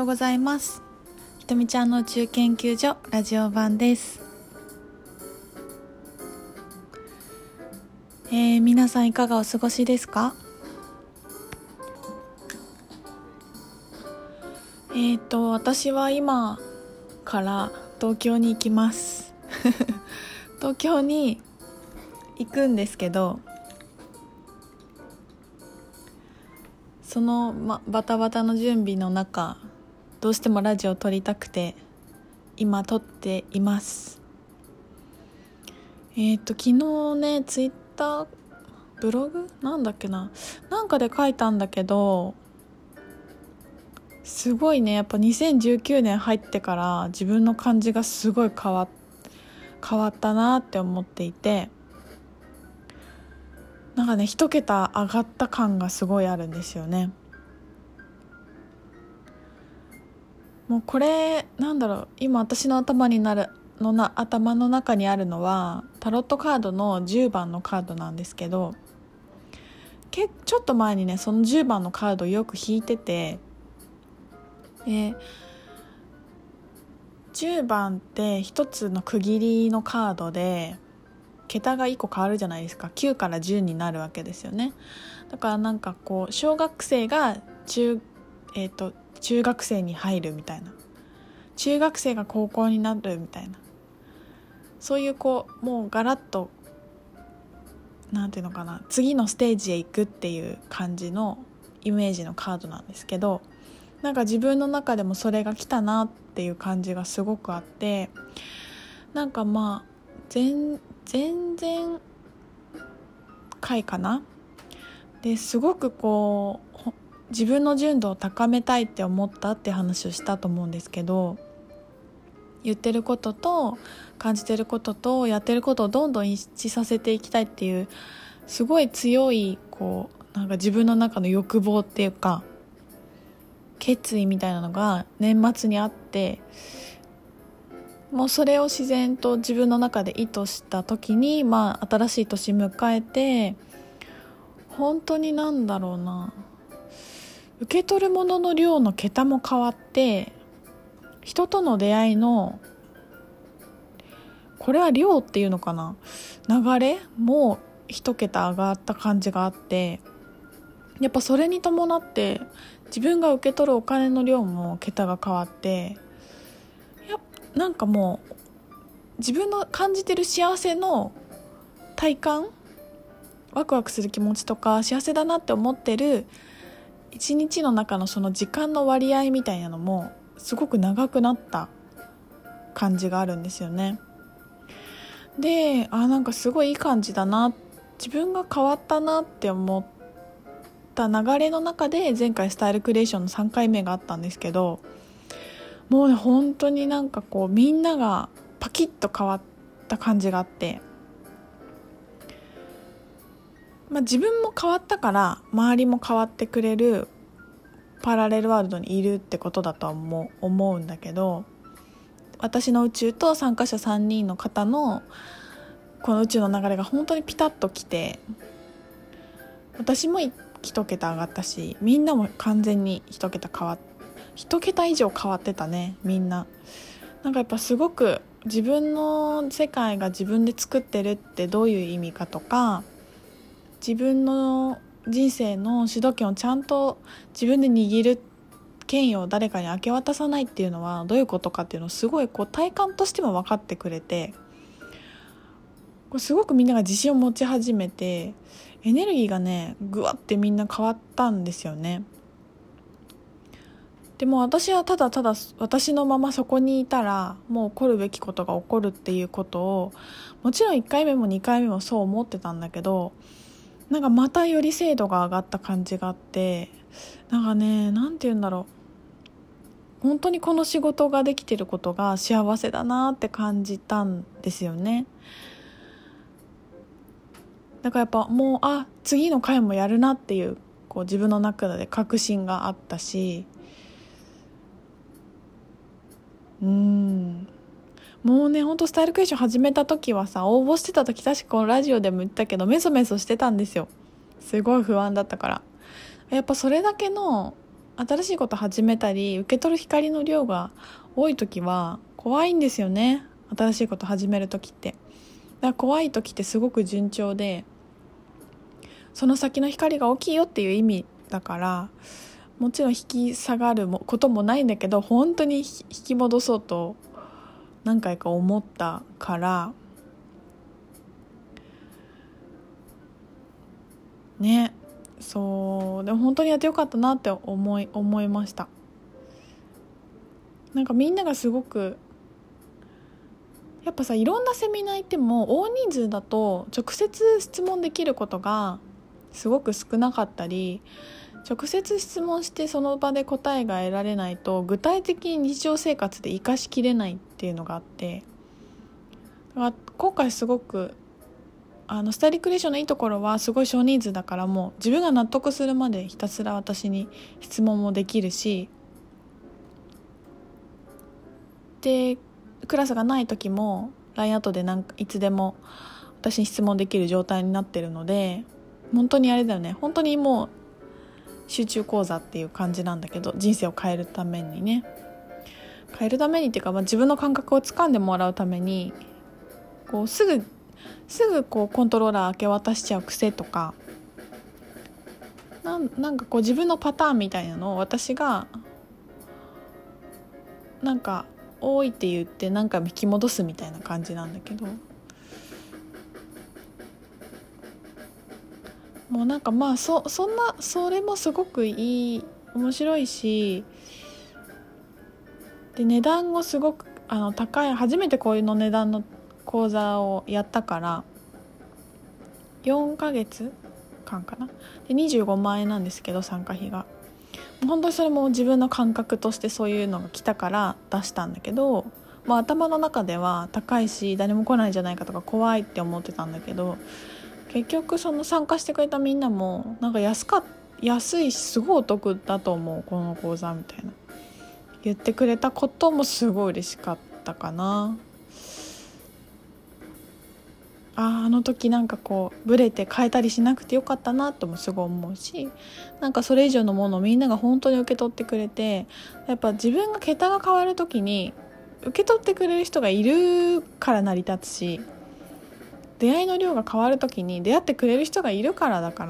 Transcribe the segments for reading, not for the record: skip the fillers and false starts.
うございます。ひとみちゃんの宇宙研究所ラジオ版です。皆さんいかがお過ごしですか？私は今から東京に行きます東京に行くんですけど、その、バタバタの準備の中、どうしてもラジオを撮りたくて今撮っています。昨日ね、ツイッターブログなんかで書いたんだけど、すごいね、やっぱ2019年入ってから自分の感じがすごい変わったなって思っていて、なんかね、一桁上がった感がすごいあるんですよね。もうこれ今私の頭の中にあるのはタロットカードの10番のカードなんですけど、ちょっと前にね、その10番のカードをよく引いてて、10番って一つの区切りのカードで桁が1個変わるじゃないですか。9から10になるわけですよね。だから小学生が中学生に入るみたいな、中学生が高校になるみたいな、そういうもうガラッと次のステージへ行くっていう感じのイメージのカードなんですけど、自分の中でもそれが来たなっていう感じがすごくあって、前々回かなですごく自分の純度を高めたいって思ったって話をしたと思うんですけど、言ってることと感じてることとやってることをどんどん一致させていきたいっていう、すごい強い自分の中の欲望っていうか決意みたいなのが年末にあって、もうそれを自然と自分の中で意図した時に、新しい年迎えて、本当に受け取るものの量の桁も変わって、人との出会いのこれは量っていうのかな、流れも一桁上がった感じがあって、やっぱそれに伴って自分が受け取るお金の量も桁が変わって、もう自分の感じてる幸せの体感、ワクワクする気持ちとか幸せだなって思ってる一日の中のその時間の割合みたいなのもすごく長くなった感じがあるんですよね。で、すごいいい感じだな、自分が変わったなって思った流れの中で、前回スタイルクリエーションの3回目があったんですけど、もうね、本当にみんながパキッと変わった感じがあって、自分も変わったから周りも変わってくれるパラレルワールドにいるってことだとは思うんだけど、私の宇宙と参加者3人の方のこの宇宙の流れが本当にピタッときて、私も一桁上がったし、みんなも完全に一桁以上変わってたね。みんなやっぱすごく自分の世界が自分で作ってるってどういう意味かとか、自分の人生の主導権をちゃんと自分で握る権威を誰かに明け渡さないっていうのはどういうことかっていうのをすごい体感としても分かってくれて、すごくみんなが自信を持ち始めて、エネルギーがねぐわってみんな変わったんですよね。でも私はただただ私のままそこにいたらもう起こるべきことが起こるっていうことを、もちろん1回目も2回目もそう思ってたんだけど、またより精度が上がった感じがあって、なんて言うんだろう、本当にこの仕事ができてることが幸せだなって感じたんですよね。だからやっぱもう次の回もやるなっていう自分の中で確信があったし、もうね、本当スタイルクエスチョン始めた時はさ、応募してた時確かこのラジオでも言ったけどメソメソしてたんですよ。すごい不安だったから。やっぱそれだけの新しいこと始めたり受け取る光の量が多い時は怖いんですよね。新しいこと始める時って。だから怖い時ってすごく順調で、その先の光が大きいよっていう意味だから、もちろん引き下がることもないんだけど、本当に引き戻そうと何回か思ったからね。そうでも本当にやってよかったなって思いました。なんかみんながすごくやっぱさ、いろんなセミナー行っても大人数だと直接質問できることがすごく少なかったり、直接質問してその場で答えが得られないと具体的に日常生活で活かしきれないっていうのがあって、だから今回すごくスタイルクリエーションのいいところはすごい少人数だから、もう自分が納得するまでひたすら私に質問もできるし、でクラスがない時も LINE アットでいつでも私に質問できる状態になってるので、本当にあれだよね、本当にもう集中講座っていう感じなんだけど、人生を変えるためにっていうか、自分の感覚をつかんでもらうためにこうすぐこうコントローラー明け渡しちゃう癖とか、なんかこう自分のパターンみたいなのを私がなんか多いって言って何回も引き戻すみたいな感じなんだけど、もうなんかそれもすごく面白いし、で値段もすごく高い、初めてこういうの値段の講座をやったから4ヶ月間かなで25万円なんですけど、参加費が本当にそれも自分の感覚としてそういうのが来たから出したんだけど、頭の中では高いし誰も来ないんじゃないかとか怖いって思ってたんだけど、結局その参加してくれたみんなもなんか安いしすごいお得だと思うこの講座みたいな言ってくれたこともすごい嬉しかったかな。あの時なんかこうブレて変えたりしなくてよかったなともすごい思うし、なんかそれ以上のものをみんなが本当に受け取ってくれて、やっぱ自分が桁が変わる時に受け取ってくれる人がいるから成り立つし、出会いの量が変わる時に出会ってくれる人がいるからだから、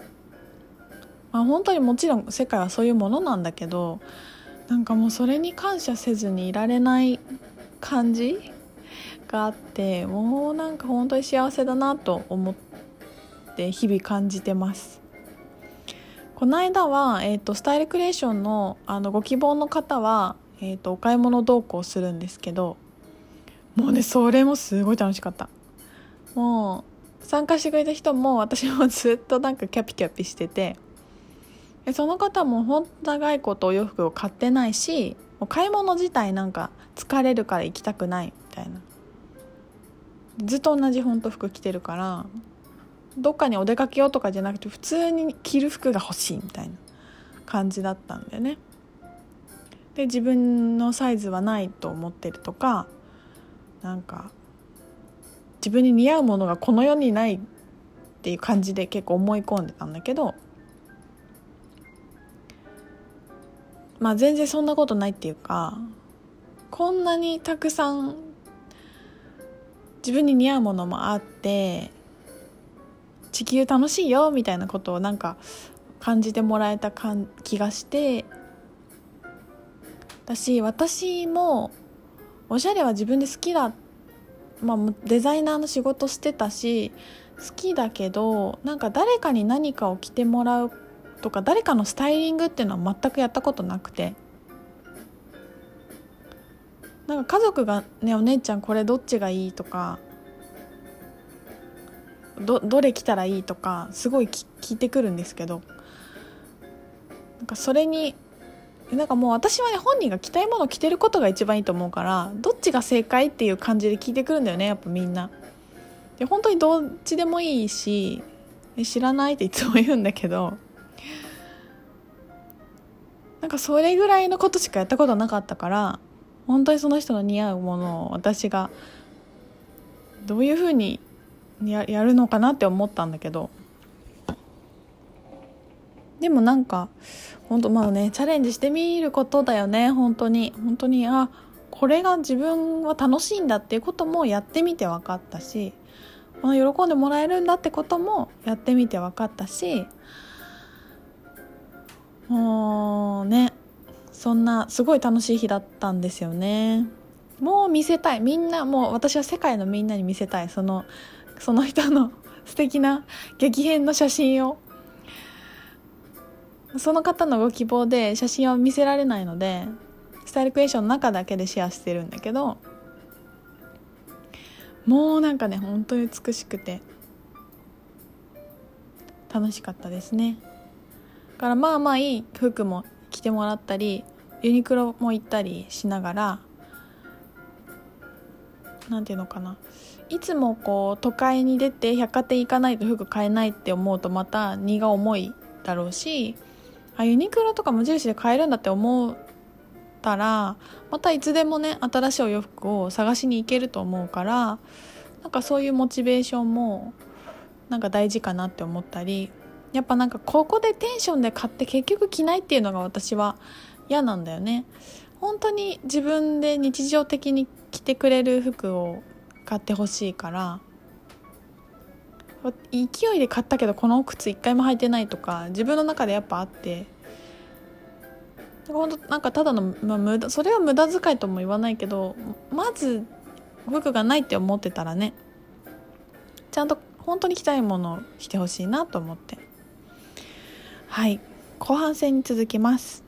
本当にもちろん世界はそういうものなんだけど、なんかもうそれに感謝せずにいられない感じがあって、もうなんか本当に幸せだなと思って日々感じてます。この間は、スタイルクリエーションの、ご希望の方は、お買い物同行するんですけど、もうねそれもすごい楽しかった。もう参加してくれた人も私もずっとなんかキャピキャピしてて、その方も本当長いことお洋服を買ってないし、もう買い物自体なんか疲れるから行きたくないみたいな、ずっと同じ本当服着てるからどっかにお出かけようとかじゃなくて普通に着る服が欲しいみたいな感じだったんだよね。で自分のサイズはないと思ってるとか、なんか自分に似合うものがこの世にないっていう感じで結構思い込んでたんだけど、全然そんなことないっていうか、こんなにたくさん自分に似合うものもあって地球楽しいよみたいなことをなんか感じてもらえた気がして、私もおしゃれは自分で好きだ、デザイナーの仕事してたし好きだけど、なんか誰かに何かを着てもらうとか誰かのスタイリングっていうのは全くやったことなくて、なんか家族がね、お姉ちゃんこれどっちがいいとかどれ着たらいいとかすごい聞いてくるんですけど、なんかそれになんかもう私はね、本人が着たいものを着てることが一番いいと思うから、どっちが正解っていう感じで聞いてくるんだよね、やっぱみんな。で本当にどっちでもいいし、知らないっていつも言うんだけど、なんかそれぐらいのことしかやったことなかったから、本当にその人の似合うものを私がどういう風にやるのかなって思ったんだけど、 でもなんか本当まあね、チャレンジしてみることだよね。本当にこれが自分は楽しいんだっていうこともやってみて分かったし、喜んでもらえるんだってこともやってみて分かったし、もうね、そんなすごい楽しい日だったんですよね。もう見せたい、みんな、もう私は世界のみんなに見せたい、その人の素敵な激変の写真を。その方のご希望で写真は見せられないので、スタイルクエーションの中だけでシェアしてるんだけど、もうなんかね、本当に美しくて楽しかったですね。だからまあまあいい服も着てもらったり、ユニクロも行ったりしながら、なんていうのかな、いつもこう都会に出て百貨店行かないと服買えないって思うとまた荷が重いだろうし、ユニクロとか無印で買えるんだって思ったら、またいつでもね、新しいお洋服を探しに行けると思うから、なんかそういうモチベーションもなんか大事かなって思ったり、やっぱなんかここでテンションで買って結局着ないっていうのが私は嫌なんだよね。本当に自分で日常的に着てくれる服を買ってほしいから、勢いで買ったけどこの靴一回も履いてないとか自分の中でやっぱあって、本当なんかただの、無駄、それは無駄遣いとも言わないけど、まず服がないって思ってたらね、ちゃんと本当に着たいものを着てほしいなと思って。はい、後半戦に続きます。